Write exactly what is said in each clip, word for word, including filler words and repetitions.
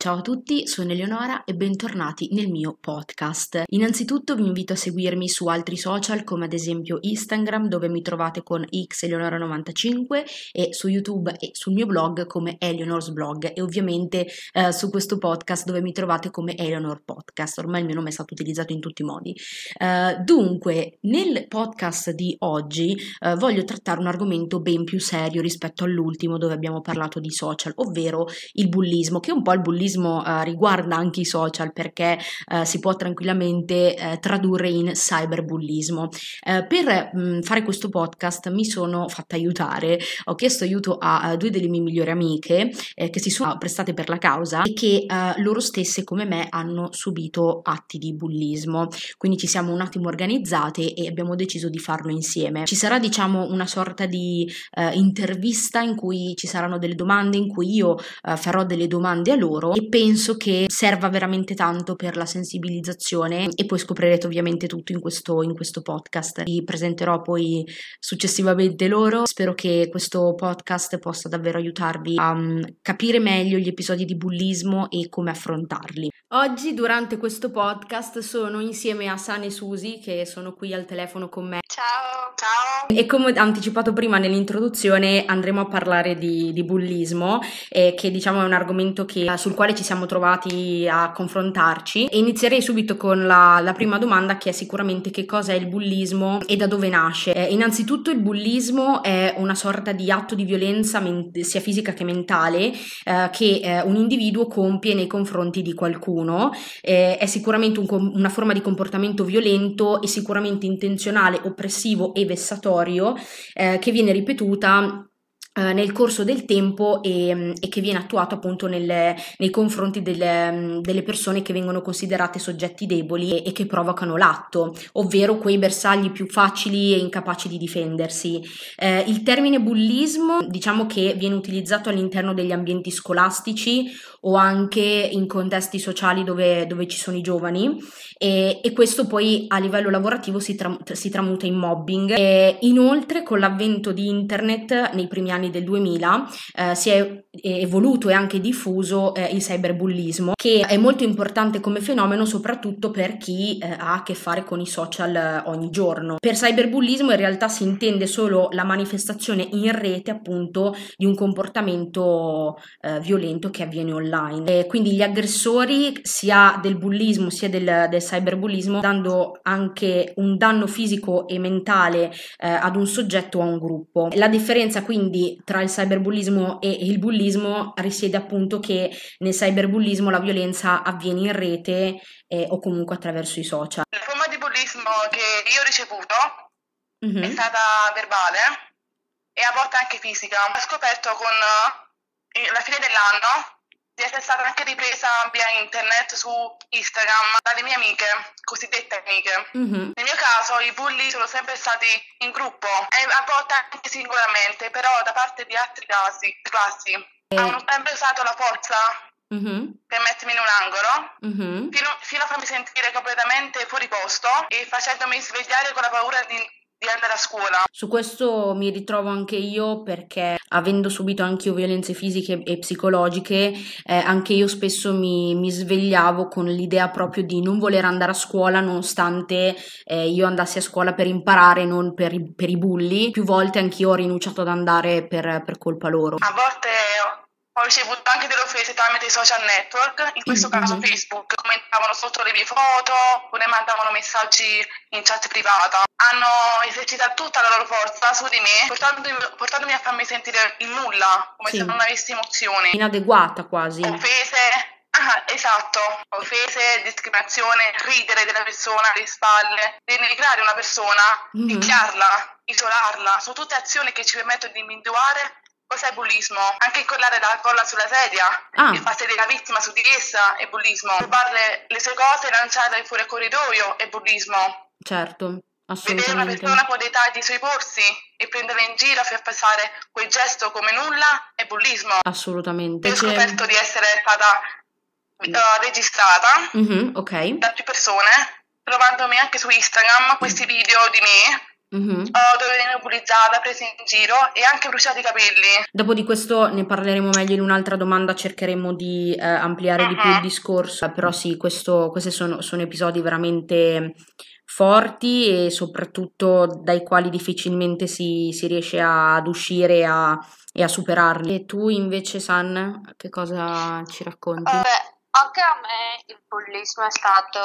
Ciao a tutti, sono Eleonora e bentornati nel mio podcast. Innanzitutto vi invito a seguirmi su altri social come ad esempio Instagram, dove mi trovate con x eleonora novantacinque, e su YouTube e sul mio blog come Eleanor's Blog, e ovviamente eh, su questo podcast dove mi trovate come Eleanor Podcast. Ormai il mio nome è stato utilizzato in tutti i modi. Uh, dunque, nel podcast di oggi uh, voglio trattare un argomento ben più serio rispetto all'ultimo dove abbiamo parlato di social, ovvero il bullismo, che un po' il bullismo uh, riguarda anche i social, perché uh, si può tranquillamente uh, tradurre in cyberbullismo. Uh, per mh, fare questo podcast mi sono fatta aiutare, ho chiesto aiuto a, a due delle mie migliori amiche eh, che si sono prestate per la causa e che uh, loro stesse come me hanno subito atti di bullismo, quindi ci siamo un attimo organizzate e abbiamo deciso di farlo insieme. Ci sarà, diciamo, una sorta di uh, intervista in cui ci saranno delle domande, in cui io uh, farò delle domande a loro, e penso che serva veramente tanto per la sensibilizzazione, e poi scoprirete ovviamente tutto in questo, in questo podcast. Vi presenterò poi successivamente loro. Spero che questo podcast possa davvero aiutarvi a um, capire meglio gli episodi di bullismo e come affrontarli. Oggi durante questo podcast sono insieme a San e Susi, che sono qui al telefono con me. Ciao, ciao. E come anticipato prima nell'introduzione andremo a parlare di, di bullismo, eh, che diciamo è un argomento che, sul quale ci siamo trovati a confrontarci, e inizierei subito con la, la prima domanda, che è sicuramente: che cosa è il bullismo e da dove nasce? Eh, innanzitutto il bullismo è una sorta di atto di violenza men- sia fisica che mentale eh, che eh, un individuo compie nei confronti di qualcuno. Eh, è sicuramente un com- una forma di comportamento violento e sicuramente intenzionale, oppressivo e vessatorio, eh, che viene ripetuta eh, nel corso del tempo e, e che viene attuato appunto nelle, nei confronti delle, delle persone che vengono considerate soggetti deboli e, e che provocano l'atto, ovvero quei bersagli più facili e incapaci di difendersi. Eh, il termine bullismo, diciamo che viene utilizzato all'interno degli ambienti scolastici o anche in contesti sociali dove, dove ci sono i giovani, e, e questo poi a livello lavorativo si, tra, si tramuta in mobbing. E inoltre, con l'avvento di internet nei primi anni del duemila eh, si è evoluto e anche diffuso eh, il cyberbullismo, che è molto importante come fenomeno soprattutto per chi eh, ha a che fare con i social eh, ogni giorno. Per cyberbullismo in realtà si intende solo la manifestazione in rete appunto di un comportamento eh, violento che avviene online. E quindi gli aggressori sia del bullismo sia del, del cyberbullismo, dando anche un danno fisico e mentale eh, ad un soggetto o a un gruppo. La differenza quindi tra il cyberbullismo e il bullismo risiede appunto che nel cyberbullismo la violenza avviene in rete eh, o comunque attraverso i social. La forma di bullismo che io ho ricevuto mm-hmm. è stata verbale e a volte anche fisica. Ho scoperto con uh, la fine dell'anno di essere stata anche ripresa via internet su Instagram dalle mie amiche, cosiddette amiche. Mm-hmm. Nel mio caso i bulli sono sempre stati in gruppo e a volte anche singolarmente, però da parte di altri casi, classi. Eh. Hanno sempre usato la forza mm-hmm. per mettermi in un angolo, mm-hmm. fino, fino a farmi sentire completamente fuori posto e facendomi svegliare con la paura di di andare a scuola. Su questo mi ritrovo anche io, perché avendo subito anche io violenze fisiche e psicologiche, eh, anche io spesso mi, mi svegliavo con l'idea proprio di non voler andare a scuola, nonostante eh, io andassi a scuola per imparare, non per i, per i bulli. Più volte anch'io ho rinunciato ad andare per, per colpa loro. A volte ho ricevuto anche delle offese tramite i social network, in questo mm-hmm. caso Facebook. Commentavano sotto le mie foto oppure mandavano messaggi in chat privata. Hanno esercitato tutta la loro forza su di me, portandomi, portandomi a farmi sentire il nulla, come sì. se non avessi emozioni. Inadeguata quasi. Offese, ah, esatto, offese, discriminazione, ridere della persona alle spalle, denigrare una persona, mm-hmm. picchiarla, isolarla. Sono tutte azioni che ci permettono di individuare cos'è bullismo. Anche incollare la colla sulla sedia ah. e far sedere la vittima su di essa è bullismo. Rubarle le sue cose e lanciarle fuori al corridoio è bullismo. Certo. Vedere una persona con dei tagli sui polsi e prenderla in giro per passare quel gesto come nulla è bullismo. Assolutamente. Io ho scoperto di essere stata uh, registrata mm-hmm, okay. da più persone, trovandomi anche su Instagram questi video di me Mhm. uh, dove venivo bullizzata, presa in giro e anche bruciati i capelli. Dopo di questo ne parleremo meglio in un'altra domanda, cercheremo di eh, ampliare di più il Mhm. discorso, eh, però sì, questo, questi sono, sono episodi veramente forti e soprattutto dai quali difficilmente si, si riesce a- ad uscire e a, e a superarli. E tu invece, San, che cosa ci racconti? Eh, anche a me il bullismo è stato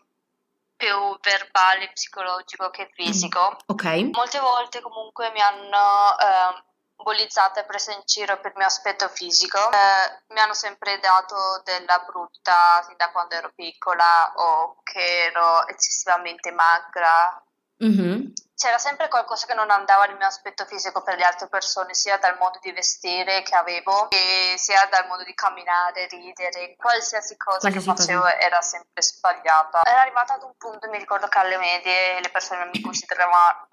più verbale, psicologico che fisico. Ok, Molte volte comunque mi hanno eh, bullizzata e presa in giro per il mio aspetto fisico. Eh, mi hanno sempre dato della brutta sin da quando ero piccola o che ero eccessivamente magra. mhm, C'era sempre qualcosa che non andava nel mio aspetto fisico per le altre persone, sia dal modo di vestire che avevo, e sia dal modo di camminare, ridere, qualsiasi cosa Qualsiasi che cosa. facevo era sempre sbagliata. Era arrivata ad un punto, mi ricordo che alle medie le persone mi consideravano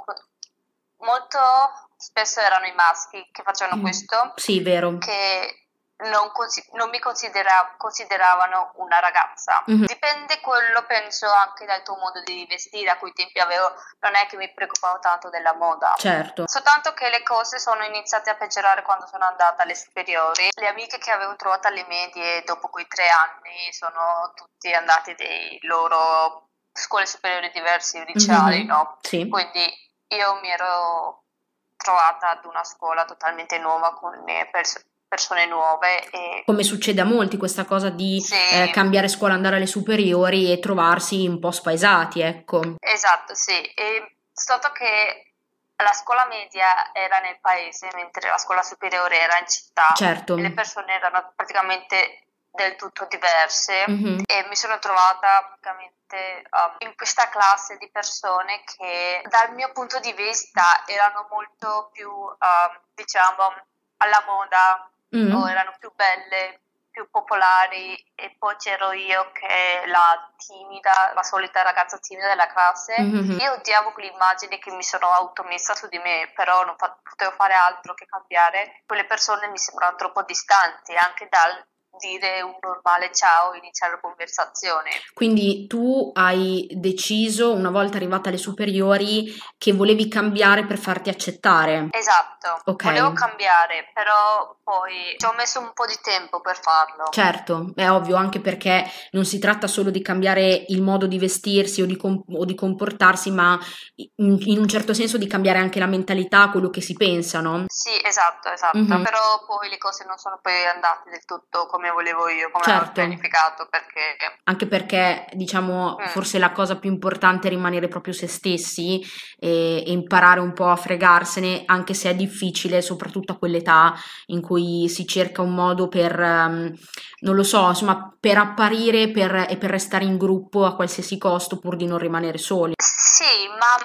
molto spesso erano i maschi che facevano Mm, questo, sì, vero. che non, consi- non mi considera- consideravano una ragazza. Mhm. Dipende quello, penso, anche dal tuo modo di vestire. A quei tempi avevo, non è che mi preoccupavo tanto della moda. Certo. Soltanto che le cose sono iniziate a peggiorare quando sono andata alle superiori. Le amiche che avevo trovato alle medie dopo quei tre anni sono tutti andati dei loro scuole superiori diverse, liceali, Mhm, no? sì. Quindi io mi ero trovata ad una scuola totalmente nuova con le pers- persone nuove e Come succede a molti, questa cosa di sì, eh, cambiare scuola, andare alle superiori e trovarsi un po' spaesati, ecco. esatto, sì. E stato che la scuola media era nel paese, mentre la scuola superiore era in città, Certo. e le persone erano praticamente del tutto diverse, Mhm. e mi sono trovata praticamente um, in questa classe di persone che dal mio punto di vista erano molto più, um, diciamo, alla moda, Mm. o erano più belle, più popolari, e poi c'ero io che la timida, la solita ragazza timida della classe. Mhm. Io odiavo quell'immagine che mi sono automessa su di me, però non fa- potevo fare altro che cambiare. Quelle persone mi sembrano troppo distanti, anche dal dire un normale ciao e iniziare la conversazione. Quindi tu hai deciso, una volta arrivata alle superiori, che volevi cambiare per farti accettare. Esatto, Ok. volevo cambiare, però poi ci ho messo un po' di tempo per farlo. Certo, è ovvio, anche perché non si tratta solo di cambiare il modo di vestirsi o di, com- o di comportarsi, ma in, in un certo senso di cambiare anche la mentalità, quello che si pensa, no? Sì, esatto, esatto, Mhm. però poi le cose non sono poi andate del tutto come volevo io, come avevo Certo. pianificato, perché Anche perché, diciamo, Mm. forse la cosa più importante è rimanere proprio se stessi e, e imparare un po' a fregarsene, anche se è difficile, soprattutto a quell'età in cui si cerca un modo per, ehm, non lo so, insomma, per apparire per- e per restare in gruppo a qualsiasi costo pur di non rimanere soli. sì, ma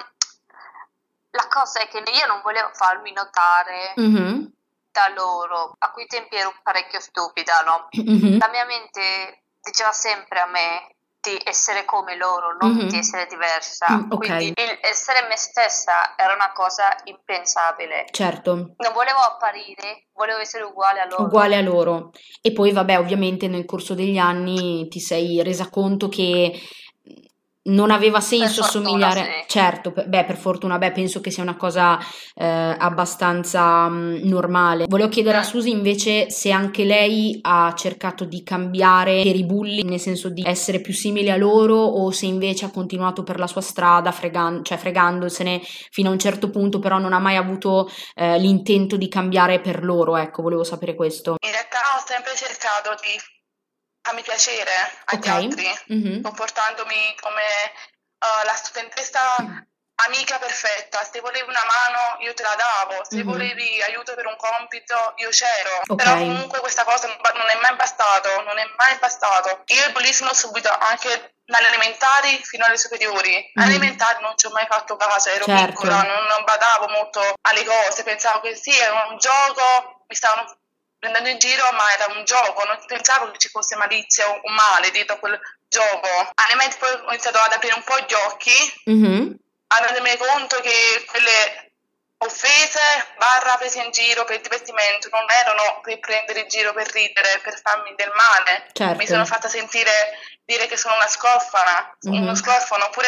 la cosa è che io non volevo farmi notare Mhm, da loro. A quei tempi ero parecchio stupida, no? mhm, La mia mente diceva sempre a me di essere come loro, non mhm. di essere diversa. Mm, ok. Quindi il essere me stessa era una cosa impensabile. Certo. Non volevo apparire, volevo essere uguale a loro. Uguale a loro. E poi, vabbè, ovviamente nel corso degli anni ti sei resa conto che non aveva senso Per fortuna, assomigliare. sì. Certo, per- beh, per fortuna, beh, penso che sia una cosa eh, abbastanza mm, normale. Volevo chiedere a Mm. Susi invece se anche lei ha cercato di cambiare per i bulli, nel senso di essere più simile a loro, o se invece ha continuato per la sua strada, fregan- cioè fregandosene fino a un certo punto, però non ha mai avuto eh, l'intento di cambiare per loro. Ecco, volevo sapere questo. In realtà ho sempre cercato di farmi piacere agli Ok. altri, Mhm. comportandomi come eh, la studentessa amica perfetta. Se volevi una mano io te la davo, se Mhm. volevi aiuto per un compito io c'ero. Ok. Però comunque questa cosa non ba- non è mai bastato, non è mai bastato. Io il bullismo l'ho subito anche dalle elementari fino alle superiori. Mhm. Alle elementari non ci ho mai fatto caso, ero Certo. piccola, non, non badavo molto alle cose, pensavo che sì, era un gioco, mi stavano prendendo in giro, ma era un gioco, non pensavo che ci fosse malizia o o male dietro a quel gioco. Alle medie poi ho iniziato ad aprire un po' gli occhi, Mhm. a rendermi conto che quelle offese barra prese in giro per divertimento non erano per prendere in giro, per ridere, per farmi del male. Certo. Mi sono fatta sentire dire che sono una scofana, Mhm. uno scofano, oppure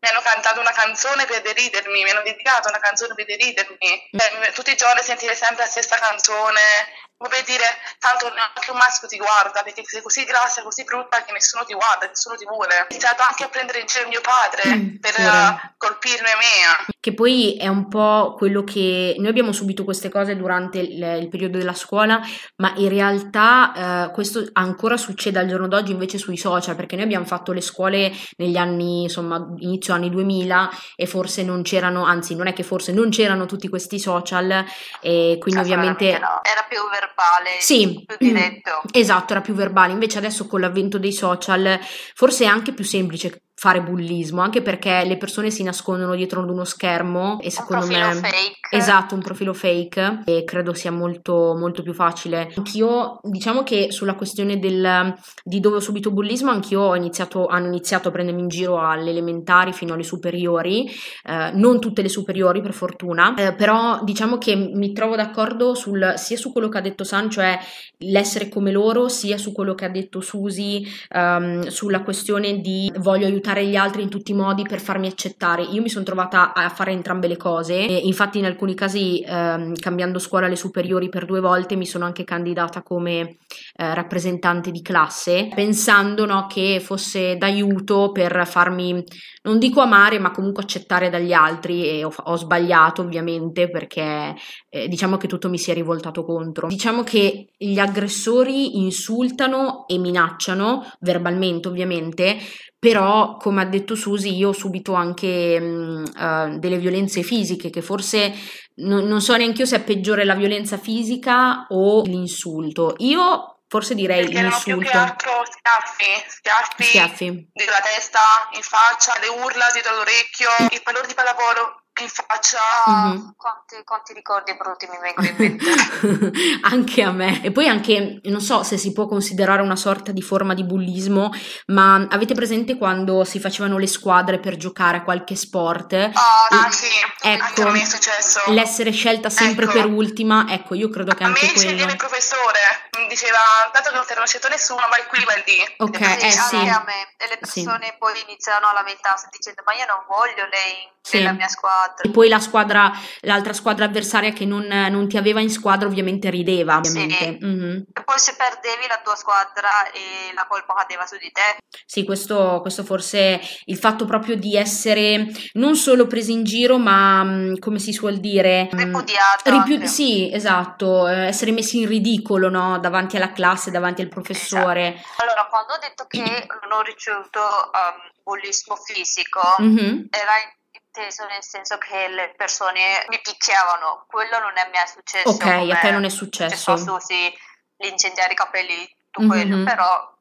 mi hanno cantato una canzone per deridermi, mi hanno dedicato una canzone per deridermi. Mm. Cioè, tutti i giorni sentire sempre la stessa canzone, come per dire, tanto anche un maschio ti guarda, perché sei così grassa, così brutta che nessuno ti guarda, nessuno ti vuole. Ho iniziato anche a prendere in giro mio padre Mm, per pure. uh, colpirmi a me. Che poi è un po' quello che noi abbiamo subito queste cose durante il, il periodo della scuola, ma in realtà eh, questo ancora succede al giorno d'oggi invece sui social, perché noi abbiamo fatto le scuole negli anni, insomma, inizio anni duemila e forse non c'erano, anzi non è che forse non c'erano tutti questi social e quindi ovviamente no. Era più verbale, sì, più diretto. esatto, era più verbale. Invece adesso con l'avvento dei social forse è anche più semplice fare bullismo, anche perché le persone si nascondono dietro ad uno schermo e secondo un profilo me fake. esatto, un profilo fake e credo sia molto molto più facile. Anch'io, diciamo che sulla questione del di dove ho subito bullismo, anch'io ho iniziato hanno iniziato a prendermi in giro alle elementari fino alle superiori, eh, non tutte le superiori per fortuna, eh, però diciamo che mi trovo d'accordo sul, sia su quello che ha detto San, cioè l'essere come loro, sia su quello che ha detto Susi, um, sulla questione di voglio aiutare gli altri in tutti i modi per farmi accettare. Io mi sono trovata a fare entrambe le cose e infatti in alcuni casi um, cambiando scuola alle superiori per due volte mi sono anche candidata come eh, rappresentante di classe, pensando, no, che fosse d'aiuto per farmi, non dico amare, ma comunque accettare dagli altri e ho, ho sbagliato ovviamente perché eh, diciamo che tutto mi si è rivoltato contro. Diciamo che gli aggressori insultano e minacciano, verbalmente ovviamente, però come ha detto Susi io ho subito anche mh, uh, delle violenze fisiche che forse non, non so neanche io se è peggiore la violenza fisica o l'insulto. Io forse direi Perché erano più che l'insulto. altro schiaffi, schiaffi, Schiaffi. dietro la testa, in faccia, le urla dietro l'orecchio, il pallone di pallavolo in faccia. Mhm. Quanti, quanti ricordi brutti mi vengono in mente. Anche a me. E poi anche, non so se si può considerare una sorta di forma di bullismo, ma avete presente quando si facevano le squadre per giocare a qualche sport? Ah, E- sì, ecco, anche a me è successo. l'essere scelta sempre Ecco. per ultima, ecco, io credo che A me anche quello. sceglieva il professore, mi diceva, tanto che non ti hanno scelto nessuno, vai qui, vai lì. Ok, Ed è eh così. sì. Anche a me. E le Sì. persone poi iniziano a lamentarsi dicendo ma io non voglio lei Sì. nella mia squadra. E poi la squadra, l'altra squadra avversaria che non, non ti aveva in squadra ovviamente rideva, ovviamente. Sì. Mhm. E poi se perdevi la tua squadra e la colpa cadeva su di te. Sì, questo, questo forse il fatto proprio di essere non solo presi in giro, ma mh, come si suol dire, mh, Ripudiata ripiu- anche. sì, esatto, eh, essere messi in ridicolo, no? Davanti alla classe, davanti al professore. Allora, quando ho detto che non ho ricevuto um, bullismo fisico, Mhm. era inteso nel senso che le persone mi picchiavano. Quello non è mai successo. Ok, a come te non è successo successo. a Susi, l'incendiare i capelli, tutto quello. Mhm. Però,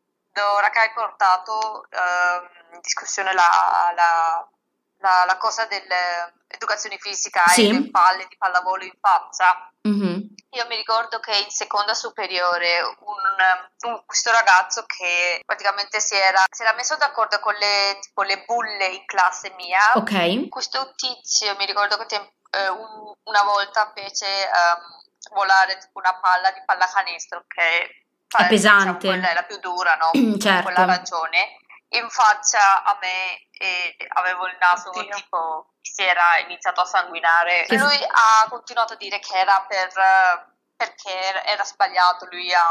ora che hai portato ehm, in discussione la, la, la, la cosa dell'educazione fisica Sì. e le palle di pallavolo in faccia, Mhm. io mi ricordo che in seconda superiore un, un- questo ragazzo che praticamente si era, si era messo d'accordo con le, tipo, le bulle in classe mia. Ok. Questo tizio mi ricordo che tem- eh, un- una volta fece ehm, volare tipo una palla di pallacanestro che È pesante. diciamo, quella è la più dura, no? Certo. Quella ragione. In faccia a me e avevo il naso Oddio. tipo si era iniziato a sanguinare. Che- Lui ha continuato a dire che era per eh, perché era- era sbagliato, lui ha,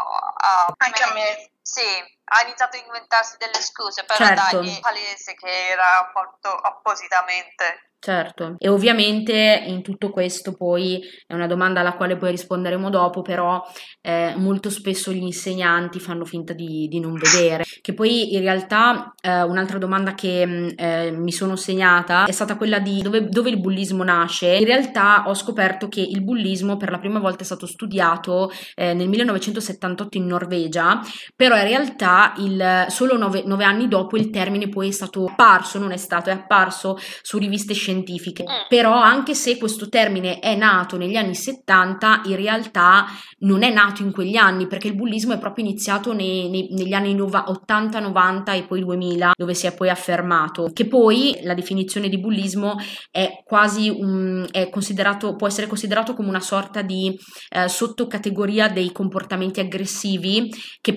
ha- Anche a me. sì, ha iniziato a inventarsi delle scuse, però Certo. dai, è palese che era fatto appositamente. Certo, e ovviamente in tutto questo poi è una domanda alla quale poi risponderemo dopo, però eh, molto spesso gli insegnanti fanno finta di, di non vedere, che poi in realtà eh, un'altra domanda che mh, eh, mi sono segnata è stata quella di dove, dove il bullismo nasce. In realtà ho scoperto che il bullismo per la prima volta è stato studiato eh, nel millenovecentosettantotto in Norvegia, però in realtà il, solo nove, nove anni dopo il termine poi è stato apparso, non è stato, è apparso su riviste scientifiche. Mm. Però anche se questo termine è nato negli anni settanta, in realtà non è nato in quegli anni, perché il bullismo è proprio iniziato nei- nei- negli anni ottanta novanta e poi duemila, dove si è poi affermato. Che poi la definizione di bullismo è quasi un, è considerato, può essere considerato come una sorta di eh, sottocategoria dei comportamenti aggressivi che però hanno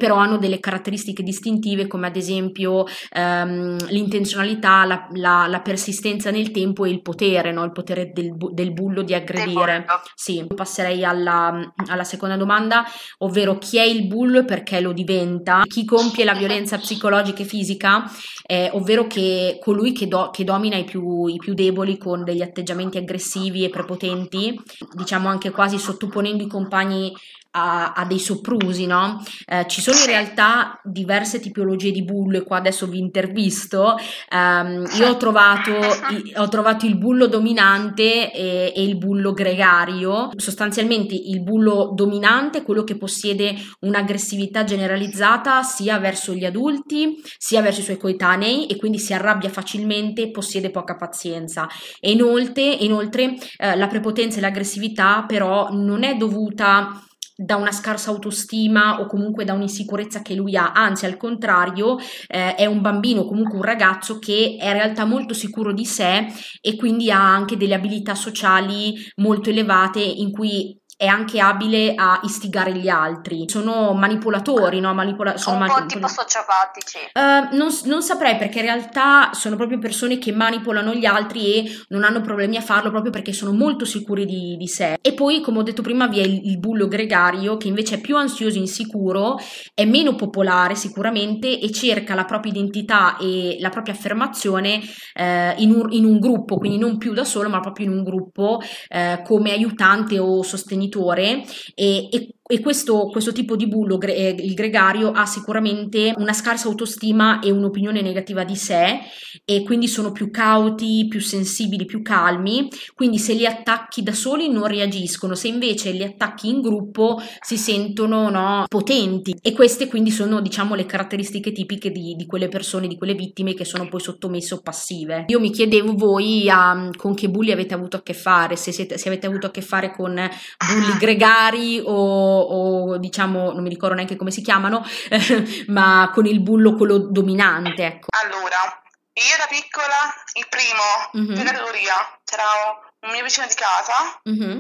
delle caratteristiche distintive come ad esempio ehm, l'intenzionalità, la, la, la persistenza nel tempo e il potere, no? Il potere del, bu- del bullo di aggredire. Sì, passerei alla, alla seconda domanda, ovvero chi è il bullo e perché lo diventa, chi compie la violenza psicologica e fisica, eh, ovvero che colui che, do, che domina i più, i più deboli con degli atteggiamenti aggressivi e prepotenti, diciamo anche quasi sottoponendo i compagni a, a dei soprusi, no? Eh, ci sono in realtà diverse tipologie di bullo e qua adesso vi intervisto. Um, io ho trovato, i, ho trovato il bullo dominante e, e il bullo gregario. Sostanzialmente il bullo dominante è quello che possiede un'aggressività generalizzata sia verso gli adulti sia verso i suoi coetanei e quindi si arrabbia facilmente, possiede poca pazienza. E inoltre, inoltre eh, la prepotenza e l'aggressività però non è dovuta da una scarsa autostima o comunque da un'insicurezza che lui ha, anzi al contrario eh, è un bambino, comunque un ragazzo che è in realtà molto sicuro di sé e quindi ha anche delle abilità sociali molto elevate in cui è anche abile a istigare gli altri. Sono manipolatori, no? Manipola- sono un po' manipol- tipo sociopatici. Uh, non, non saprei perché in realtà sono proprio persone che manipolano gli altri e non hanno problemi a farlo proprio perché sono molto sicuri di, di sé. E poi, come ho detto prima, vi è il, il bullo gregario che invece è più ansioso e insicuro, è meno popolare sicuramente e cerca la propria identità e la propria affermazione eh, in, un, in un gruppo, quindi non più da solo ma proprio in un gruppo eh, come aiutante o sostenitore e, e E questo, questo tipo di bullo, gre- il gregario, ha sicuramente una scarsa autostima e un'opinione negativa di sé e quindi sono più cauti, più sensibili, più calmi, quindi se li attacchi da soli non reagiscono, se invece li attacchi in gruppo si sentono, no, potenti e queste quindi sono, diciamo, le caratteristiche tipiche di, di quelle persone, di quelle vittime che sono poi sottomesse o passive. Io mi chiedevo voi um, con che bulli avete avuto a che fare, se, siete, se avete avuto a che fare con bulli gregari o o diciamo non mi ricordo neanche come si chiamano eh, ma con il bullo quello dominante, ecco. Allora, io da piccola il primo mm-hmm. in categoria c'era un mio vicino di casa mm-hmm.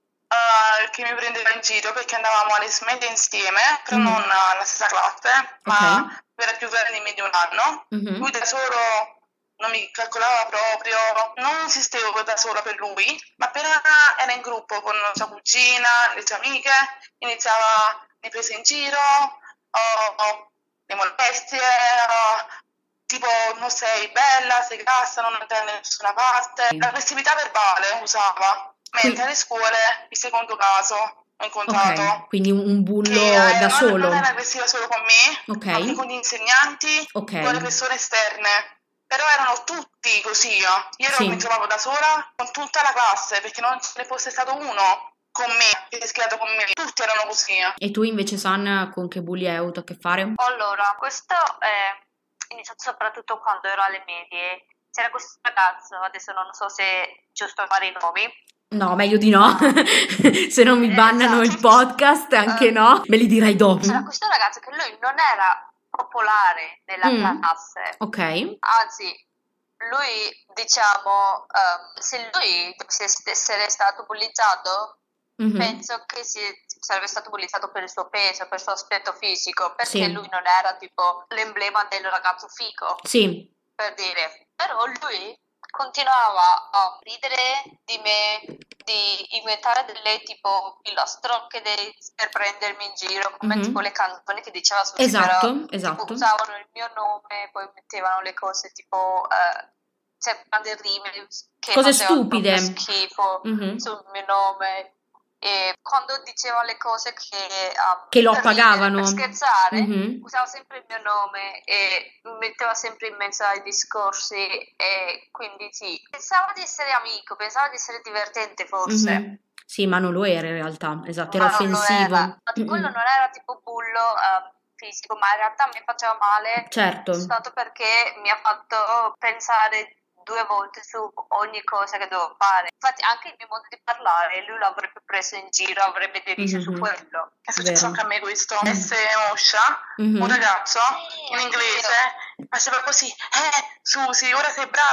uh, che mi prendeva in giro perché andavamo alle medie insieme però mm-hmm. non alla stessa classe ma okay. era più grande di me di un anno mm-hmm. lui da solo non mi calcolava proprio, non esistevo da sola per lui, ma appena era in gruppo con sua cugina, le sue amiche, iniziava le prese in giro, oh, oh, le molestie, oh, tipo non sei bella, sei grassa, non andrai da nessuna parte. L'aggressività verbale usava, mentre alle scuole il secondo caso ho incontrato. Okay, quindi un bullo da non, solo. Non era aggressiva solo con me, okay. anche con gli insegnanti, okay. con le persone esterne. Però erano tutti così, io ero, sì. mi trovavo da sola con tutta la classe perché non ce ne fosse stato uno con me, che si è schierato con me, tutti erano così. E tu invece San con che bulli hai avuto a che fare? Allora, questo è iniziato soprattutto quando ero alle medie, c'era questo ragazzo, adesso non so se è giusto fare i nomi. No, meglio di no, se non mi bannano esatto. il podcast anche uh, no, me li dirai dopo. C'era questo ragazzo che lui non era popolare nella mm. classe, ok, anzi lui diciamo um, se lui dovesse essere stato bullizzato mm-hmm. penso che si, sarebbe stato bullizzato per il suo peso, per il suo aspetto fisico perché sì. lui non era tipo l'emblema del ragazzo figo, sì. per dire, però lui continuava a ridere di me, di inventare delle tipo filastrocche de- per prendermi in giro, come mm-hmm. tipo le canzoni che diceva su esatto, però, esatto. tipo, usavano il mio nome, poi mettevano le cose tipo eh, cioè delle rime che cose stupide, schifo mm-hmm. sul mio nome. E quando diceva le cose che, um, che lo per appagavano, ridere, per scherzare, mm-hmm. usava sempre il mio nome e mi metteva sempre in mezzo ai discorsi e quindi sì, pensavo di essere amico, pensavo di essere divertente forse. Mm-hmm. Sì, ma non lo era in realtà, esatto, era ma offensivo. Era. Ma mm-hmm. quello non era tipo bullo uh, fisico, ma in realtà mi faceva male, certo. soltanto perché mi ha fatto pensare due volte su ogni cosa che devo fare. Infatti anche il mio modo di parlare lui l'avrebbe preso in giro, avrebbe deriso mm-hmm. su quello. È successo anche a me questo. Mm-hmm. Essere moscia, mm-hmm. un ragazzo sì, in inglese faceva così, eh Susi, ora sei brava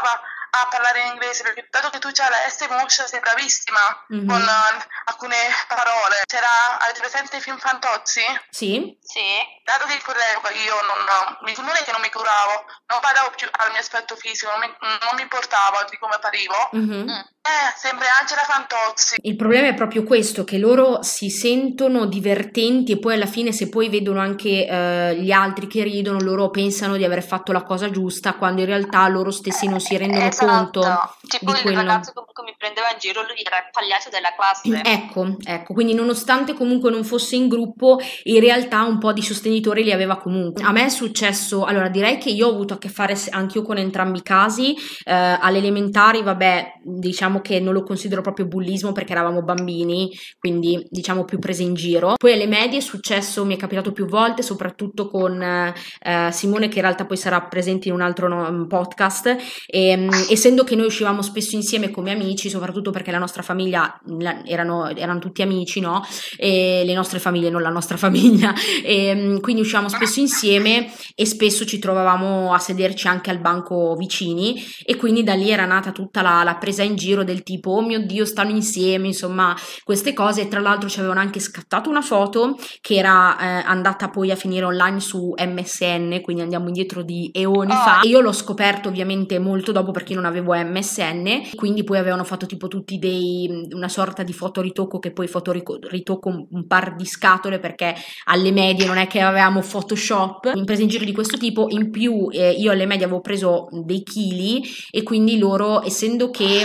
a parlare in inglese, perché dato che tu c'hai la S Motion sei bravissima Mhm. con uh, alcune parole. C'era, avete presente i film Fantozzi? Sì? Sì. Dato che in quell'epoca io non, mi- non è che non mi curavo, non badavo più al mio aspetto fisico, non mi, non mi importava di come apparivo, Mhm. Mm. eh, sembra Angela Fantozzi. Il problema è proprio questo, che loro si sentono divertenti e poi alla fine se poi vedono anche eh, gli altri che ridono, loro pensano di aver fatto la cosa giusta, quando in realtà loro stessi non si rendono Esatto. conto Tipo di il quello. ragazzo che comunque mi prendeva in giro, lui era il pagliaccio della classe. Ecco, ecco, quindi nonostante comunque non fosse in gruppo, in realtà un po' di sostenitori li aveva comunque. A me è successo, allora direi che io ho avuto a che fare se- anch'io con entrambi i casi, eh, alle elementari, vabbè, diciamo che non lo considero proprio bullismo perché eravamo bambini, quindi diciamo più prese in giro. Poi alle medie è successo, mi è capitato più volte, soprattutto con eh, eh, Simone che in realtà poi sarà presente in un altro no- podcast, e, mh, essendo che noi uscivamo spesso insieme come amici, soprattutto perché la nostra famiglia la- erano, erano tutti amici, no? E le nostre famiglie, non la nostra famiglia, e mh, quindi uscivamo spesso insieme e spesso ci trovavamo a sederci anche al banco vicini e quindi da lì era nata tutta la, la presa in giro del tipo oh mio Dio stanno insieme, insomma queste cose. E tra l'altro ci avevano anche scattato una foto che era eh, andata poi a finire online su M S N, quindi andiamo indietro di eoni Oh. fa, e io l'ho scoperto ovviamente molto dopo perché io non avevo M S N, quindi poi avevano fatto tipo tutti dei una sorta di fotoritocco, che poi fotoritocco un, un par di scatole perché alle medie non è che avevamo Photoshop, in prese in giro di questo tipo. In più eh, io alle medie avevo preso dei chili e quindi loro, essendo che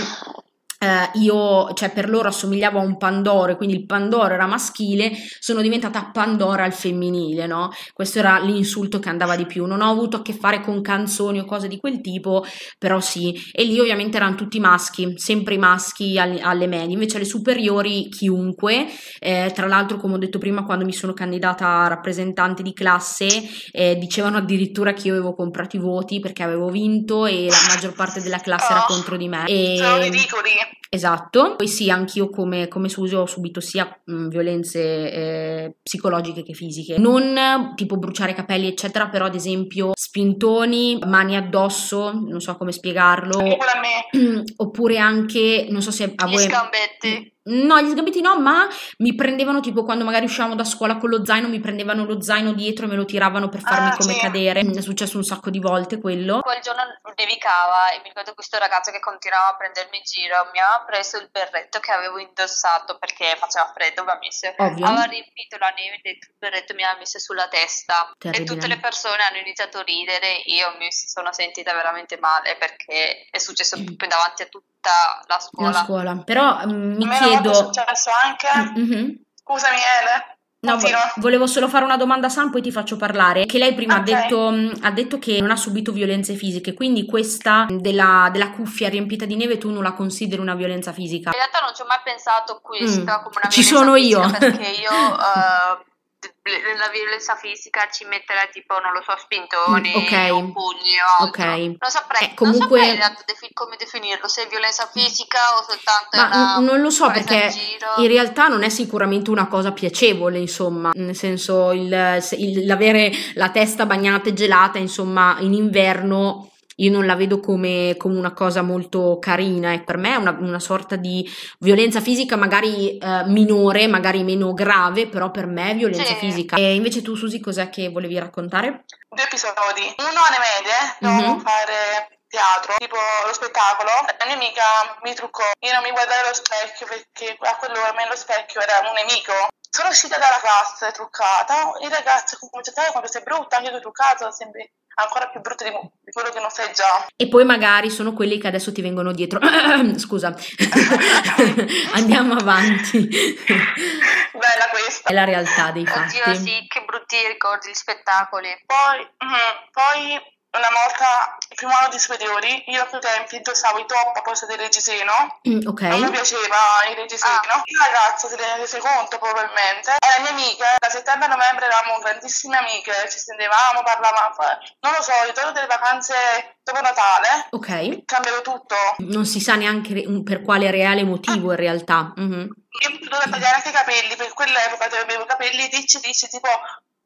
eh, io, cioè per loro assomigliavo a un Pandoro e quindi il Pandoro era maschile, sono diventata Pandora al femminile, no? Questo era l'insulto che andava di più. Non ho avuto a che fare con canzoni o cose di quel tipo, però sì. E lì ovviamente erano tutti maschi, sempre i maschi alle, alle medie, invece alle superiori chiunque. Eh, tra l'altro, come ho detto prima, quando mi sono candidata a rappresentante di classe, eh, dicevano addirittura che io avevo comprato i voti perché avevo vinto e la maggior parte della classe era Oh, contro di me. sono E... ridicoli. Esatto, poi sì, anch'io come, come Susi ho subito sia mh, violenze eh, psicologiche che fisiche, non eh, tipo bruciare i capelli eccetera, però ad esempio spintoni, mani addosso, non so come spiegarlo, Anche pure a me. oppure anche, non so se a Gli voi... sgambetti. No, gli sgambetti no, ma mi prendevano tipo quando magari uscivamo da scuola con lo zaino, mi prendevano lo zaino dietro e me lo tiravano per farmi Ah, come sì. cadere. È successo un sacco di volte quello. Quel giorno nevicava e mi ricordo questo ragazzo che continuava a prendermi in giro, mi aveva preso il berretto che avevo indossato perché faceva freddo, aveva messo, Ovvio. aveva riempito la neve dentro il berretto e mi aveva messo sulla testa. Terribile. E tutte le persone hanno iniziato a ridere, io mi sono sentita veramente male perché è successo proprio davanti a tutta la scuola. La scuola. Però mm, mi A me una volta è chiedo... successo anche. Mhm. Scusami, Ele. No, vo- Continua. volevo solo fare una domanda a Sam, poi ti faccio parlare. Che lei prima ha Ok. detto, mh, ha detto che non ha subito violenze fisiche, quindi questa della, della cuffia riempita di neve tu non la consideri una violenza fisica? In realtà non ci ho mai pensato a questa Mm, come una ci violenza sono fisica io. perché io eh, nella violenza fisica ci metterei tipo, non lo so, spintoni Mm, ok. o pugni o altro. Ok. Non saprei, Eh, comunque- non saprei in realtà defi- come definirlo, se è violenza fisica o soltanto Ma una n- non lo so presa perché in giro. in realtà non è sicuramente una cosa piacevole, insomma, nel senso il, se- il- l'avere la testa bagnata e gelata, insomma, in inverno io non la vedo come, come una cosa molto carina e per me è una, una sorta di violenza fisica magari eh, minore, magari meno grave, però per me è violenza Sì. fisica. E invece tu, Susi, cos'è che volevi raccontare? Due episodi. Uno alle medie, dovevamo Mhm. fare teatro, tipo lo spettacolo. La mia amica mi truccò. Io non mi guardai allo specchio perché a quell'ora a me lo specchio era un nemico. Sono uscita dalla classe truccata. Il ragazzo ha cominciato a dire quando sei brutta, anche tu truccato, sembri ancora più brutta di, di quello che non sei già. E poi magari sono quelli che adesso ti vengono dietro. Scusa, andiamo avanti. Bella questa. È la realtà dei Oddio, fatti. sì, che brutti ricordi gli spettacoli. Poi, mhm, poi una volta, il primo anno di superiori, io a quei tempi indossavo i top a posto del reggiseno. Mm, ok. Non mi piaceva il reggiseno. Il ragazzo se ne rese conto probabilmente. E la mia amica, da settembre a novembre eravamo grandissime amiche, ci stendevamo, parlavamo. Non lo so, il giorno delle vacanze dopo Natale Ok. cambiavo tutto. Non si sa neanche re- un- per quale reale motivo in realtà. Mhm. Io mi dovevo tagliare anche i capelli, per quell'epoca avevo i capelli ricci ricci, tipo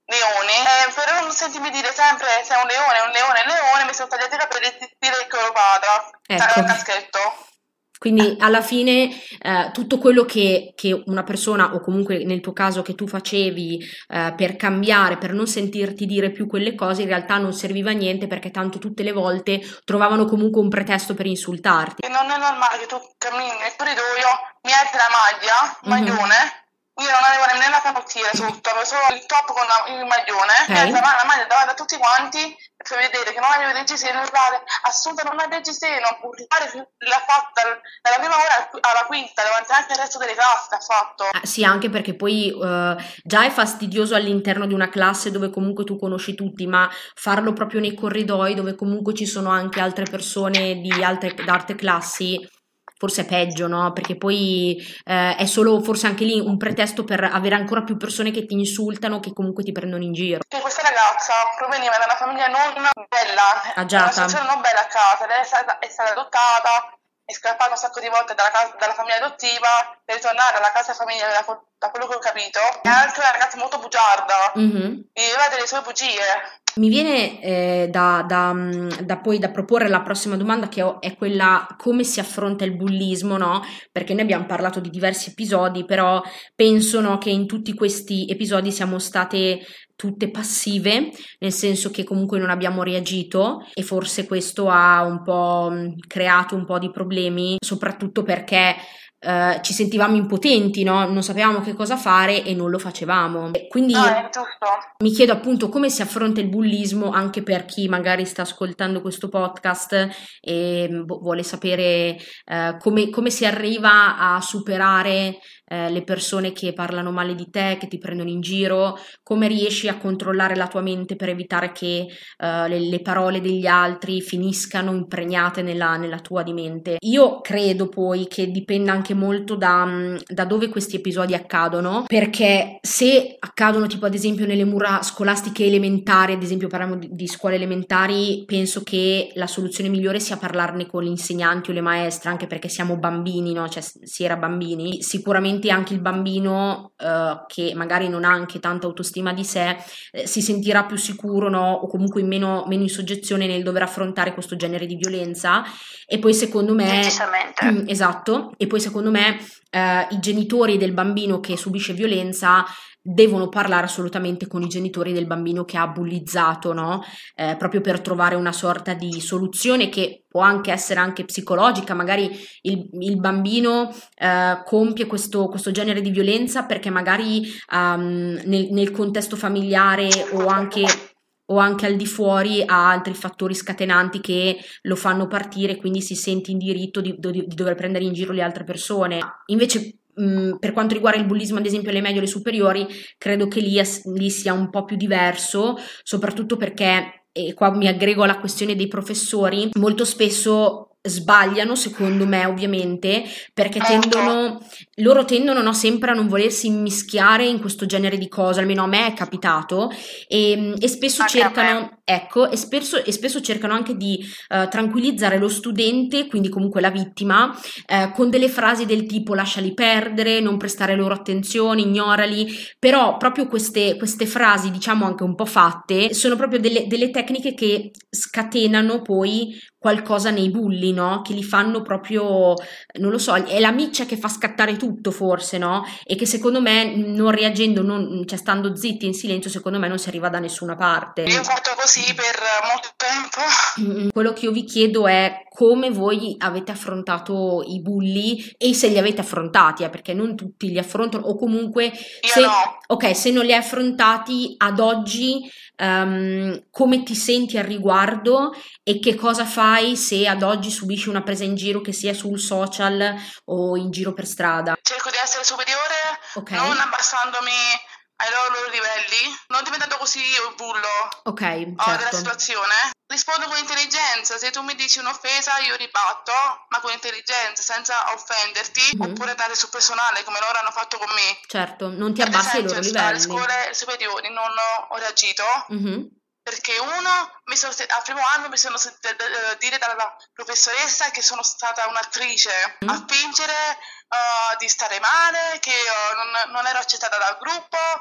leoni, e per non sentirmi dire sempre sei un leone, un leone, un leone, mi sono tagliati i capelli e dire il Cleopatra, Ecco. il caschetto. Quindi alla fine eh, tutto quello che, che una persona, o comunque nel tuo caso che tu facevi eh, per cambiare, per non sentirti dire più quelle cose, in realtà non serviva a niente, perché tanto tutte le volte trovavano comunque un pretesto per insultarti. E non è normale che tu cammini nel corridoio, mi alzi la maglia, Mhm. maglione, io non avevo nemmeno la canottiera sotto, avevo solo il top con la- il maglione, mi Ok. alzo la, la maglia davanti a tutti quanti per vedere che non avevo il reggiseno, urlare, Assunta non ha il reggiseno, urlare l'ha fatta dalla prima ora al- alla quinta, davanti anche al resto delle classi l'ha fatto. Ah, sì, anche perché poi eh, già è fastidioso all'interno di una classe dove comunque tu conosci tutti, ma farlo proprio nei corridoi dove comunque ci sono anche altre persone di altre, da altre classi, forse è peggio, no? Perché poi eh, è solo forse anche lì un pretesto per avere ancora più persone che ti insultano, che comunque ti prendono in giro. Che questa ragazza proveniva da una famiglia non bella, da una Agiata. situazione non bella a casa, lei è stata, è stata adottata, è scappata un sacco di volte dalla, casa, dalla famiglia adottiva per ritornare alla casa famiglia, da, da quello che ho capito. È anche una ragazza molto bugiarda, Mhm. viveva delle sue bugie. Mi viene eh, da, da, mh, da poi da proporre la prossima domanda, che ho- è quella: come si affronta il bullismo, no? Perché noi abbiamo parlato di diversi episodi, però penso, no, che in tutti questi episodi siamo state tutte passive, nel senso che comunque non abbiamo reagito, e forse questo ha un po' mh, creato un po' di problemi, soprattutto perché eh, ci sentivamo impotenti, no? Non sapevamo che cosa fare e non lo facevamo. Quindi No, è giusto. mi chiedo appunto come si affronta il bullismo, anche per chi magari sta ascoltando questo podcast e boh, vuole sapere eh, come, come si arriva a superare eh, le persone che parlano male di te, che ti prendono in giro, come riesci a controllare la tua mente per evitare che eh, le, le parole degli altri finiscano impregnate nella, nella tua di mente. Io credo poi che dipenda anche molto da, da dove questi episodi accadono, perché se accadono tipo ad esempio nelle mura scolastiche elementari, ad esempio parliamo di, di scuole elementari, penso che la soluzione migliore sia parlarne con gli insegnanti o le maestre, anche perché siamo bambini, no? Cioè si era bambini, sicuramente anche il bambino eh, che magari non ha anche tanta autostima di sé eh, si sentirà più sicuro, no? O comunque meno, meno in soggezione nel dover affrontare questo genere di violenza. E poi secondo me, Decisamente. esatto, e poi secondo me eh, i genitori del bambino che subisce violenza devono parlare assolutamente con i genitori del bambino che ha bullizzato, no? Eh, proprio per trovare una sorta di soluzione che può anche essere anche psicologica. Magari il, il bambino eh, compie questo, questo genere di violenza perché magari um, nel, nel contesto familiare o anche o anche al di fuori ha altri fattori scatenanti che lo fanno partire, quindi si sente in diritto di, di, di dover prendere in giro le altre persone. Invece mh, per quanto riguarda il bullismo, ad esempio alle medie o alle superiori, credo che lì, lì sia un po' più diverso, soprattutto perché, e qua mi aggrego alla questione dei professori, molto spesso sbagliano, secondo me ovviamente, perché tendono, loro tendono, no, sempre a non volersi immischiare in questo genere di cose, almeno a me è capitato, e, e spesso Anche a cercano, ecco, e spesso, e spesso cercano anche di eh, tranquillizzare lo studente, quindi comunque la vittima, eh, con delle frasi del tipo lasciali perdere, non prestare loro attenzione, ignorali. Però proprio queste, queste frasi, diciamo anche un po' fatte, sono proprio delle, delle tecniche che scatenano poi qualcosa nei bulli, no? Che li fanno proprio, non lo so, è la miccia che fa scattare tutto forse, no? E che secondo me non reagendo, non, cioè stando zitti in silenzio, secondo me non si arriva da nessuna parte. Io ho fatto così per molto tempo. Quello che io vi chiedo è come voi avete affrontato i bulli e se li avete affrontati, eh, perché non tutti li affrontano, o comunque Io se, no. ok, se non li hai affrontati ad oggi, ehm, come ti senti al riguardo e che cosa fai se ad oggi subisci una presa in giro, che sia sul social o in giro per strada. Cerco di essere superiore, Ok, non abbassandomi ai loro livelli, non diventando così il bullo ok, oh, della certo. situazione. Rispondo con intelligenza, se tu mi dici un'offesa io ribatto, ma con intelligenza, senza offenderti, Mhm. oppure andare sul personale come loro hanno fatto con me. Certo, non ti Ad abbassi ai esempio, loro alle livelli. scuole superiori non ho reagito Mhm. perché uno, mi sono, al primo anno mi sono sentita eh, dire dalla professoressa che sono stata un'attrice, Mm. a fingere eh, di stare male, che eh, non, non ero accettata dal gruppo,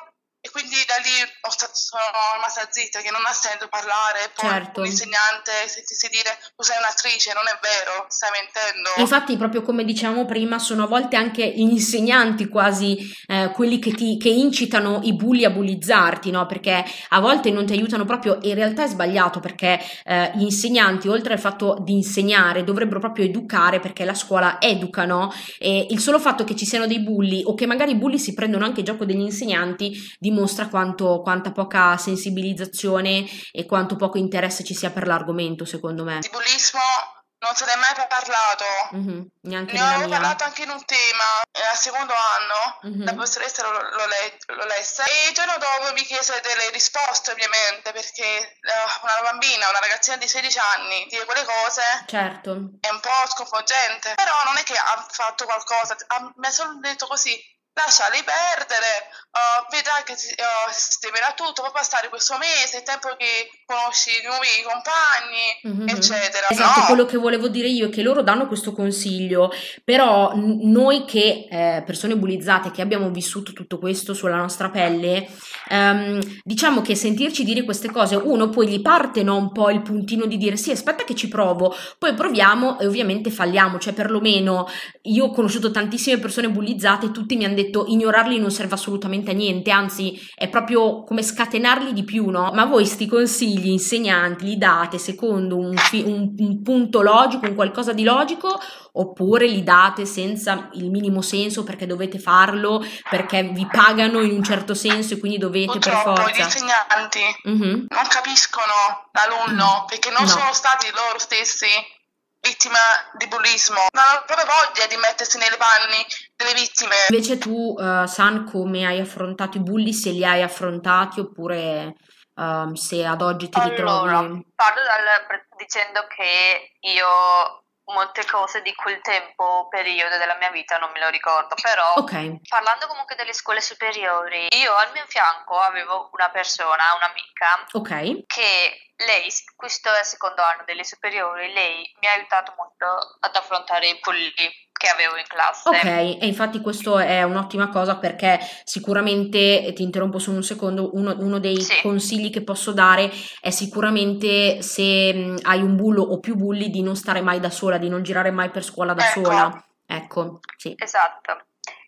e quindi da lì ho sta- sono rimasta zitta, che non ha senso parlare, e poi Certo. un insegnante sentirsi dire tu sei un'attrice, non è vero, stai mentendo. Infatti, proprio come dicevamo prima, sono a volte anche gli insegnanti quasi eh, quelli che ti che incitano i bulli a bullizzarti, no? Perché a volte non ti aiutano proprio, e in realtà è sbagliato perché eh, gli insegnanti, oltre al fatto di insegnare, dovrebbero proprio educare, perché la scuola educa, no? E il solo fatto che ci siano dei bulli o che magari i bulli si prendono anche gioco degli insegnanti dimostra quanto, quanta poca sensibilizzazione e quanto poco interesse ci sia per l'argomento, secondo me. Di bullismo non se ne è mai parlato. Mhm, neanche Ne nella avevo mia. parlato anche in un tema eh, al secondo anno, Mhm. la professoressa lo, lo le- lo lesse e il giorno dopo mi chiese delle risposte, ovviamente, perché eh, una bambina, una ragazzina di sedici anni dire quelle cose Certo. è un po' sconvolgente, però non è che ha fatto qualcosa, ha- mi ha solo detto così, lasciali perdere, uh, vedrai che si, uh, si sistemerà tutto, può passare questo mese, il tempo che conosci i nuovi compagni, Mhm. eccetera. Esatto, No, quello che volevo dire io è che loro danno questo consiglio, però n- noi che eh, persone bullizzate che abbiamo vissuto tutto questo sulla nostra pelle, ehm, diciamo che sentirci dire queste cose, uno poi gli parte, no, un po' il puntino di dire sì, aspetta che ci provo, poi proviamo e ovviamente falliamo, cioè perlomeno io ho conosciuto tantissime persone bullizzate e tutti mi hanno detto ignorarli non serve assolutamente a niente, anzi è proprio come scatenarli di più, no? Ma voi sti consigli insegnanti li date secondo un, fi- un- un punto logico, un qualcosa di logico, oppure li date senza il minimo senso perché dovete farlo, perché vi pagano in un certo senso e quindi dovete per purtroppo gli forza? insegnanti Mhm. non capiscono l'alunno perché non No. sono stati loro stessi vittime di bullismo, non hanno proprio voglia di mettersi nei panni delle vittime. Invece tu, eh, San, come hai affrontato i bulli, se li hai affrontati oppure ehm, se ad oggi ti ritrovi... Allora, parto dal, pre- dicendo che io molte cose di quel tempo, periodo della mia vita non me lo ricordo, però Ok, parlando comunque delle scuole superiori, io al mio fianco avevo una persona, un'amica, ok. che lei, questo è il secondo anno delle superiori, lei mi ha aiutato molto ad affrontare i bulli che avevo in classe. Ok, e infatti questo è un'ottima cosa perché sicuramente, e ti interrompo solo un secondo, uno, uno dei Sì. consigli che posso dare è sicuramente se mh, hai un bullo o più bulli di non stare mai da sola, di non girare mai per scuola da Ecco. sola. Ecco, sì. Esatto.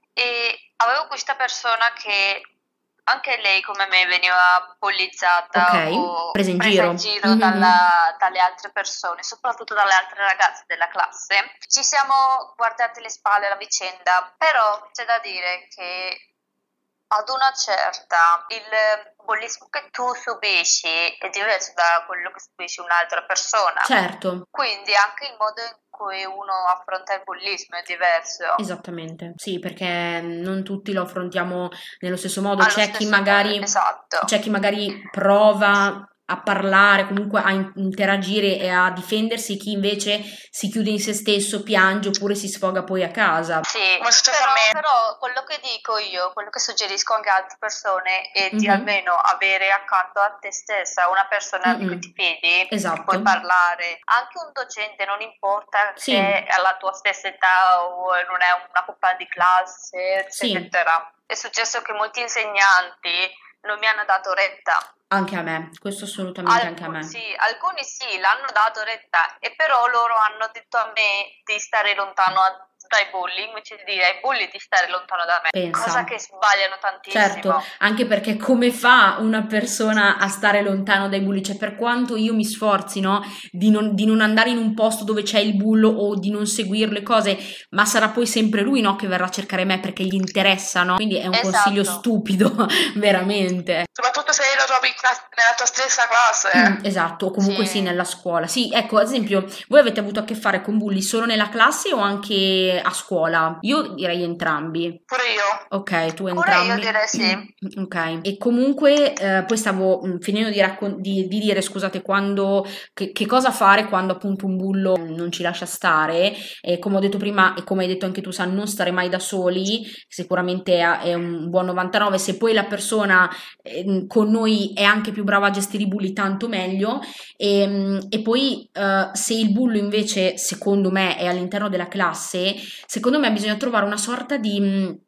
E avevo questa persona che anche lei come me veniva bullizzata Ok, o presa in presa giro. in giro Mhm. dalla- dalle altre persone, soprattutto dalle altre ragazze della classe. Ci siamo guardate le spalle alla vicenda, però c'è da dire che ad una certa il bullismo che tu subisci è diverso da quello che subisce un'altra persona. Certo, Quindi anche il modo in cui uno affronta il bullismo è diverso. esattamente. Sì, perché non tutti lo affrontiamo nello stesso modo. Allo C'è chi stesso modo, magari, esatto. c'è chi magari prova a parlare, comunque a in- interagire e a difendersi, chi invece si chiude in se stesso, piange oppure si sfoga poi a casa. Sì, Come è successo però, a me. però quello che dico io, quello che suggerisco anche a altre persone è di Mhm. almeno avere accanto a te stessa una persona di cui Mm-mm. ti fidi, Esatto. puoi parlare. Anche un docente, non importa Sì. se è alla tua stessa età o non è una compagna di classe, Sì. eccetera. È successo che molti insegnanti non mi hanno dato retta. Anche a me, questo assolutamente anche a Alcuni me. sì, alcuni sì, l'hanno dato retta, e però loro hanno detto a me di stare lontano a- dai bulli, invece di dire ai bulli di stare lontano da me, Pensa. cosa che sbagliano tantissimo. Certo, anche perché come fa una persona a stare lontano dai bulli? Cioè, per quanto io mi sforzi, no, di non, di non andare in un posto dove c'è il bullo o di non seguire le cose, ma sarà poi sempre lui, no, che verrà a cercare me perché gli interessa, no? Quindi è un Esatto. consiglio stupido, veramente. Soprattutto se lo trovi in classe- nella tua stessa classe. Mm, esatto, o comunque sì. Sì. nella scuola. Sì, ecco, ad esempio, voi avete avuto a che fare con bulli solo nella classe o anche a scuola? Io direi entrambi. Pure io. Ok, tu Pure entrambi. io direi sì. Ok, e comunque eh, poi stavo mm, finendo di, raccon- di- di dire, scusate, quando, che, che cosa fare quando appunto un bullo non ci lascia stare, e come ho detto prima e come hai detto anche tu, San, non stare mai da soli, sicuramente è, è un buon novantanove, se poi la persona eh, con noi è anche più brava a gestire i bulli, tanto meglio, e, mm, e poi eh, se il bullo invece, secondo me, è all'interno della classe, secondo me bisogna trovare una sorta di... mm,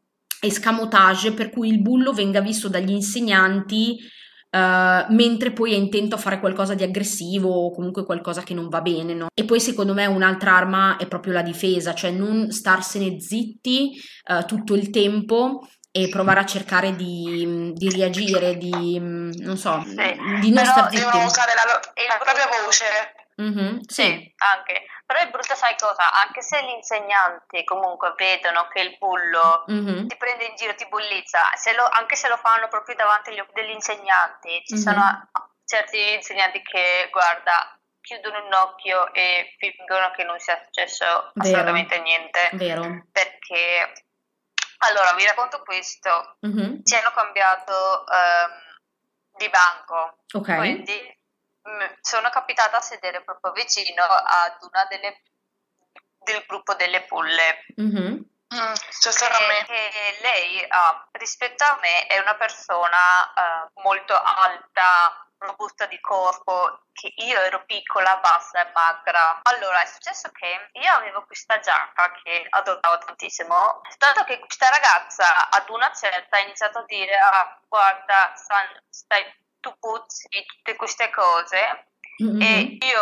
escamotage per cui il bullo venga visto dagli insegnanti uh, mentre poi è intento a fare qualcosa di aggressivo o comunque qualcosa che non va bene, no? E poi secondo me un'altra arma è proprio la difesa, cioè non starsene zitti uh, tutto il tempo e provare a cercare di, di reagire, di non so, Sì, di non Però star zitti. devono usare la, lo- il la propria brutto- voce. Mhm, Sì, sì. anche. Però il brutto, sai cosa? Anche se gli insegnanti comunque vedono che il bullo Mhm, ti prende in giro, ti bullizza, se lo- anche se lo fanno proprio davanti agli occhi degli insegnanti, ci Mhm. sono certi insegnanti che, guarda, chiudono un occhio e fingono che non sia successo Vero, assolutamente niente. vero. Perché, allora, vi racconto questo. Mhm, Ci hanno cambiato ehm, di banco, ok. quindi mm, sono capitata a sedere proprio vicino ad una delle del gruppo delle pulle. Mhm, Mm, c'è stato a E, me. e lei, ah, rispetto a me, è una persona ah, molto alta, robusta di corpo, che io ero piccola, bassa e magra. Allora, è successo che io avevo questa giacca che adoravo tantissimo, tanto che questa ragazza ad una certa ha iniziato a dire, ah, guarda, San, stai, tu puzzi, tutte queste cose. mhm, E io,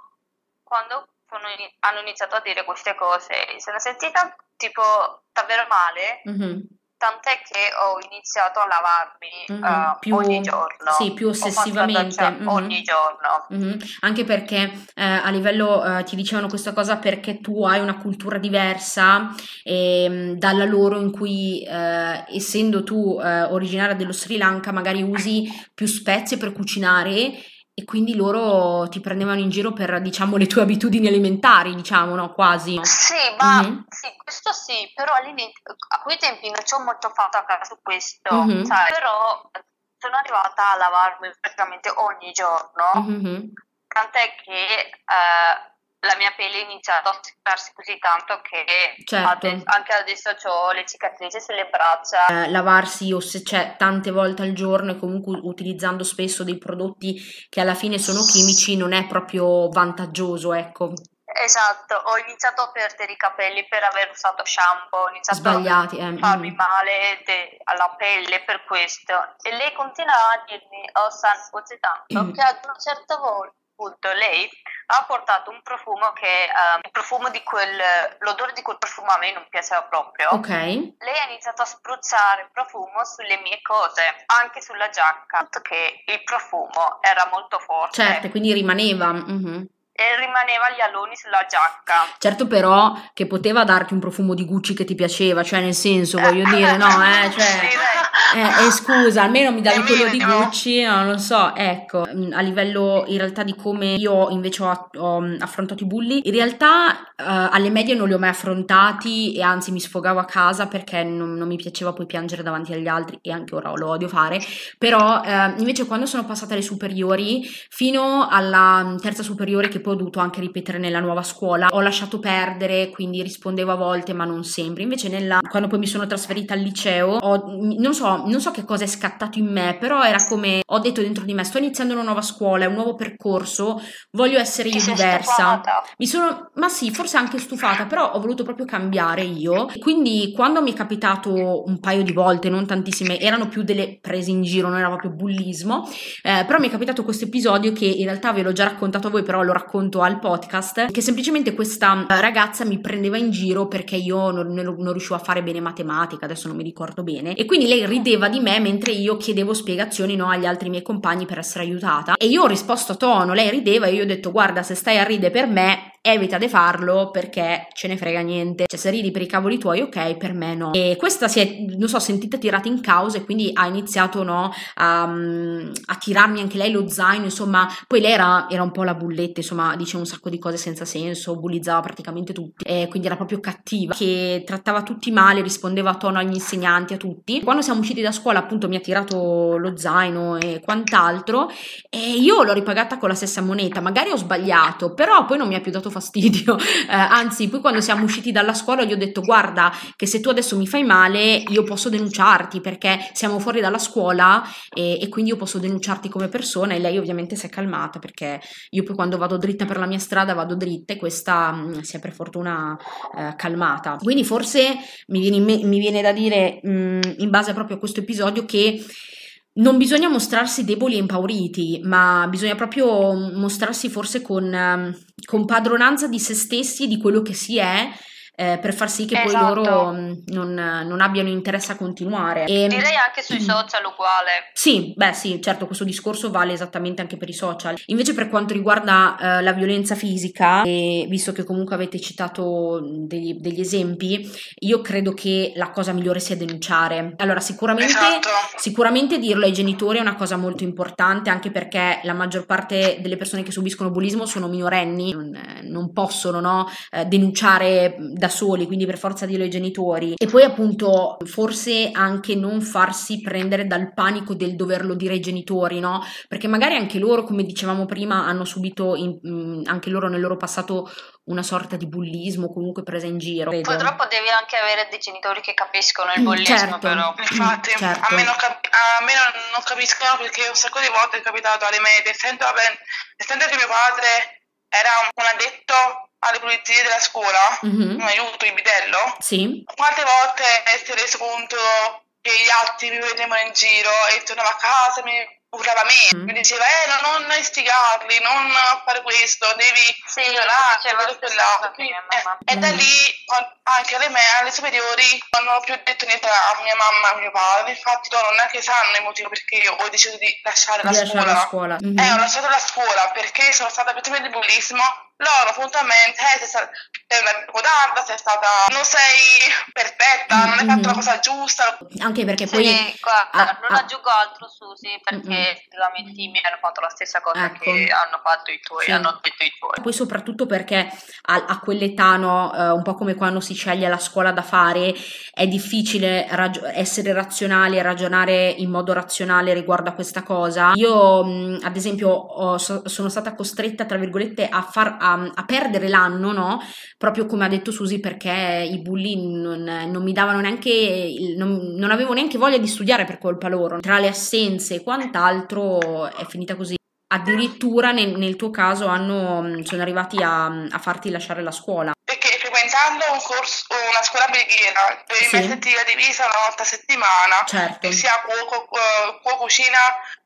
quando sono ini- hanno iniziato a dire queste cose, sono sentita tipo davvero male, mhm, tant'è che ho iniziato a lavarmi mhm. eh, Più, ogni giorno. sì, più Ho fatto la ossessivamente. doccia Mhm. ogni giorno. Mhm. Anche perché eh, a livello eh, ti dicevano questa cosa perché tu hai una cultura diversa ehm, dalla loro in cui eh, essendo tu eh, originaria dello Sri Lanka magari usi più spezie per cucinare e quindi loro ti prendevano in giro per diciamo le tue abitudini alimentari, diciamo, no? Quasi. Sì, ma Mhm, sì, questo sì, però all'inizio, a quei tempi non ci ho molto fatto a caso questo, mhm, sai, però sono arrivata a lavarmi praticamente ogni giorno, mhm. tant'è che eh, la mia pelle ha iniziato a seccarsi così tanto che Certo. ade- anche adesso ho le cicatrici sulle braccia. Eh, lavarsi o se c'è tante volte al giorno e comunque utilizzando spesso dei prodotti che alla fine sono chimici non è proprio vantaggioso, ecco. Esatto, ho iniziato a perdere i capelli per aver usato shampoo, ho iniziato Sbagliati, eh. a farmi mm. male de- alla pelle per questo. E lei continuava a dirmi, oh San, così tanto, che ad un certo vo- punto lei ha portato un profumo che, ehm, il profumo di quel, l'odore di quel profumo a me non piaceva proprio. Ok, Lei ha iniziato a spruzzare profumo sulle mie cose, anche sulla giacca, tanto che il profumo era molto forte. certo, quindi rimaneva. mhm. E rimaneva gli aloni sulla giacca. Certo però che poteva darti un profumo di Gucci che ti piaceva, cioè nel senso, voglio dire, no, eh, cioè, Sì, dai. eh, eh, scusa, almeno mi davi È quello di minimo. Gucci, no, non lo so, ecco, mm, a livello in realtà di come io invece ho, ho, mm, affrontato i bulli, in realtà eh, alle medie non li ho mai affrontati e anzi mi sfogavo a casa perché non, non mi piaceva poi piangere davanti agli altri e anche ora lo odio fare, però eh, invece quando sono passata alle superiori, fino alla mm, terza superiore che poi ho dovuto anche ripetere nella nuova scuola, ho lasciato perdere, quindi rispondevo a volte ma non sempre. Invece nella, quando poi mi sono trasferita al liceo, ho, non so, non so che cosa è scattato in me, però era come ho detto dentro di me, sto iniziando una nuova scuola, è un nuovo percorso, voglio essere Ti io sei diversa. stufata? Mi sono, ma sì, forse anche stufata, però ho voluto proprio cambiare io. Quindi quando mi è capitato un paio di volte, non tantissime, erano più delle prese in giro, non era proprio bullismo, eh, però mi è capitato questo episodio che in realtà ve l'ho già raccontato a voi, però lo racconto al podcast, che semplicemente questa ragazza mi prendeva in giro perché io non, non- non riuscivo a fare bene matematica, adesso non mi ricordo bene, e quindi lei rideva di me mentre io chiedevo spiegazioni, no, agli altri miei compagni per essere aiutata, e io ho risposto a tono, lei rideva e io ho detto guarda, se stai a ridere per me evita di farlo perché ce ne frega niente, cioè se ridi per i cavoli tuoi ok, per me no. E questa si è, non so, sentita tirata in causa e quindi ha iniziato, no, a, a tirarmi anche lei lo zaino, insomma, poi lei era, era un po' la bulletta, insomma, diceva un sacco di cose senza senso, bullizzava praticamente tutti, e quindi era proprio cattiva, che trattava tutti male, rispondeva a tono agli insegnanti, a tutti. Quando siamo usciti da scuola appunto mi ha tirato lo zaino e quant'altro e io l'ho ripagata con la stessa moneta, magari ho sbagliato, però poi non mi ha più dato fastidio, eh, anzi poi quando siamo usciti dalla scuola gli ho detto guarda che se tu adesso mi fai male io posso denunciarti perché siamo fuori dalla scuola e, e quindi io posso denunciarti come persona, e lei ovviamente si è calmata perché io poi quando vado dritta per la mia strada vado dritta e questa mh, si è per fortuna eh, calmata. Quindi forse mi viene, me- mi viene da dire mh, in base proprio a questo episodio che non bisogna mostrarsi deboli e impauriti, ma bisogna proprio mostrarsi forse con, ehm, con padronanza di se stessi e di quello che si è, eh, per far sì che poi Esatto. loro mh, non, non abbiano interesse a continuare. E, Direi anche sui social uguale. Sì, beh sì, certo, questo discorso vale esattamente anche per i social. Invece per quanto riguarda eh, la violenza fisica, e visto che comunque avete citato degli, degli esempi, io credo che la cosa migliore sia denunciare. Allora, sicuramente, Esatto. sicuramente dirlo ai genitori è una cosa molto importante, anche perché la maggior parte delle persone che subiscono bullismo sono minorenni, non, eh, non possono, no, eh, denunciare da soli, quindi per forza dirlo ai genitori. E poi appunto forse anche non farsi prendere dal panico del doverlo dire ai genitori, no? Perché magari anche loro, come dicevamo prima, hanno subito in, mh, anche loro nel loro passato una sorta di bullismo, comunque presa in giro. Credo. Purtroppo devi anche avere dei genitori che capiscono il bullismo, Certo. però. Infatti, Certo. a me, non, cap- a me non, non capiscono perché un sacco di volte è capitato alle medie, essendo, essendo che mio padre era un addetto alle pulizie della scuola, Mhm. un aiuto, il bidello, Sì. quante volte si è reso conto che gli altri mi prendevano in giro e tornava a casa, mi urlava a me, Mm. mi diceva eh, no, non istigarli, non fare questo, devi Sì, ignorarli, diceva quello e la stessa quell'altro. cosa che mia mamma. Eh, e da Mm. lì, quan- anche alle, me, alle superiori, non ho più detto niente a mia mamma e a mio padre, infatti loro non è che sanno il motivo perché io ho deciso di lasciare la Di lasciare scuola. la scuola. Mhm. Eh, ho lasciato la scuola perché sono stata vittima di bullismo. Loro puntualmente, eh, sei, stata, sei una codarda, sei stata, non sei perfetta, non hai fatto la Mhm. cosa giusta. Anche perché Sì, poi guarda, ah, non ah, aggiungo altro, Susi, perché Mm-mm. effettivamente i miei hanno fatto la stessa cosa Ecco. che hanno fatto i tuoi, Sì. hanno detto i tuoi. Poi soprattutto perché a, a quell'età, no, eh, un po' come quando si sceglie la scuola da fare, è difficile ragio- essere razionali e ragionare in modo razionale riguardo a questa cosa. Io, mh, ad esempio, ho- so- sono stata costretta, tra virgolette, a, far, a, a perdere l'anno, no? Proprio come ha detto Susi, perché i bulli non, non mi davano neanche, il- non, non avevo neanche voglia di studiare per colpa loro. Tra le assenze e quant'altro è finita così. Addirittura nel, nel tuo caso hanno, mh, sono arrivati a, a farti lasciare la scuola. Perché frequentando un corso, una scuola preghiera, dove Sì. metterti la divisa una volta a settimana, Certo. che sia cuoco, eh, cuoco, cucina,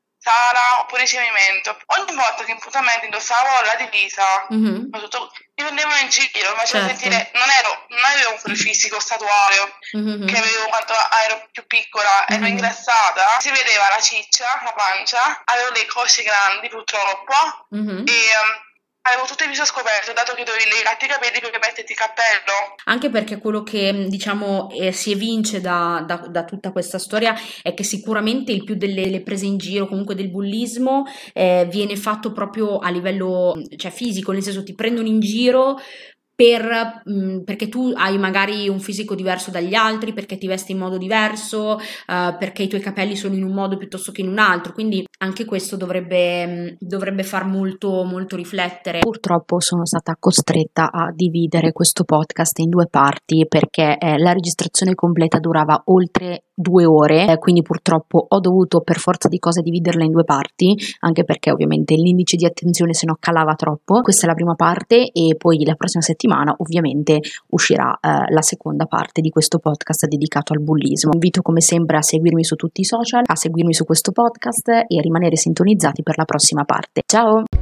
sala oppure ricevimento, ogni volta che puntualmente indossavo la divisa, Mhm. tutto, mi prendevano in giro, mi faceva Certo. sentire, non ero, non avevo un fisico statuario Mhm. che avevo quando ero più piccola, ero Mhm. ingrassata, si vedeva la ciccia, la pancia, avevo le cosce grandi purtroppo, Mhm. e um, avevo tutto il viso scoperto, dato che dovevi legarti i capelli per metterti il cappello. Anche perché quello che mh, diciamo eh, si evince da, da- da tutta questa storia è che sicuramente il più delle, delle prese in giro, comunque del bullismo, eh, viene fatto proprio a livello, mh, cioè fisico, nel senso ti prendono in giro per, mh, perché tu hai magari un fisico diverso dagli altri, perché ti vesti in modo diverso, eh, perché i tuoi capelli sono in un modo piuttosto che in un altro, quindi anche questo dovrebbe, mh, dovrebbe far molto, molto riflettere. Purtroppo sono stata costretta a dividere questo podcast in due parti perché eh, la registrazione completa durava oltre due ore, eh, quindi purtroppo ho dovuto per forza di cose dividerla in due parti, anche perché ovviamente l'indice di attenzione se no calava troppo. Questa è la prima parte e poi la prossima settimana ovviamente uscirà eh, la seconda parte di questo podcast dedicato al bullismo. Invito come sempre a seguirmi su tutti i social, a seguirmi su questo podcast e a rimanere sintonizzati per la prossima parte. Ciao!